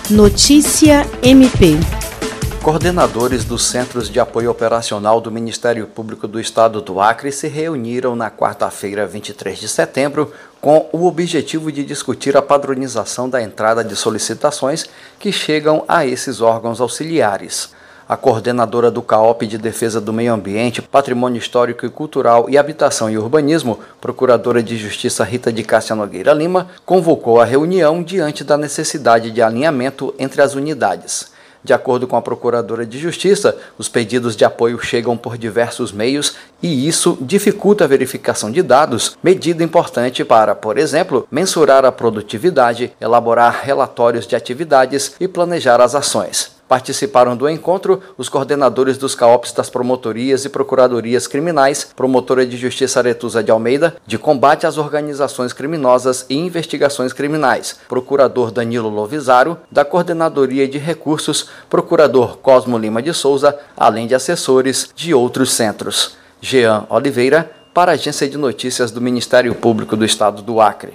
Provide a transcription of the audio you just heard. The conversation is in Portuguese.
Notícia MP. Coordenadores dos Centros de Apoio Operacional do Ministério Público do Estado do Acre se reuniram na quarta-feira, 23 de setembro, com o objetivo de discutir a padronização da entrada de solicitações que chegam a esses órgãos auxiliares. A coordenadora do CAOP de Defesa do Meio Ambiente, Patrimônio Histórico e Cultural e Habitação e Urbanismo, Procuradora de Justiça Rita de Cássia Nogueira Lima, convocou a reunião diante da necessidade de alinhamento entre as unidades. De acordo com a Procuradora de Justiça, os pedidos de apoio chegam por diversos meios e isso dificulta a verificação de dados, medida importante para, por exemplo, mensurar a produtividade, elaborar relatórios de atividades e planejar as ações. Participaram do encontro os coordenadores dos CAOPs das Promotorias e Procuradorias Criminais, Promotora de Justiça Aretusa de Almeida, de Combate às Organizações Criminosas e Investigações Criminais, Procurador Danilo Lovisaro, da Coordenadoria de Recursos, Procurador Cosmo Lima de Souza, além de assessores de outros centros. Jean Oliveira, para a Agência de Notícias do Ministério Público do Estado do Acre.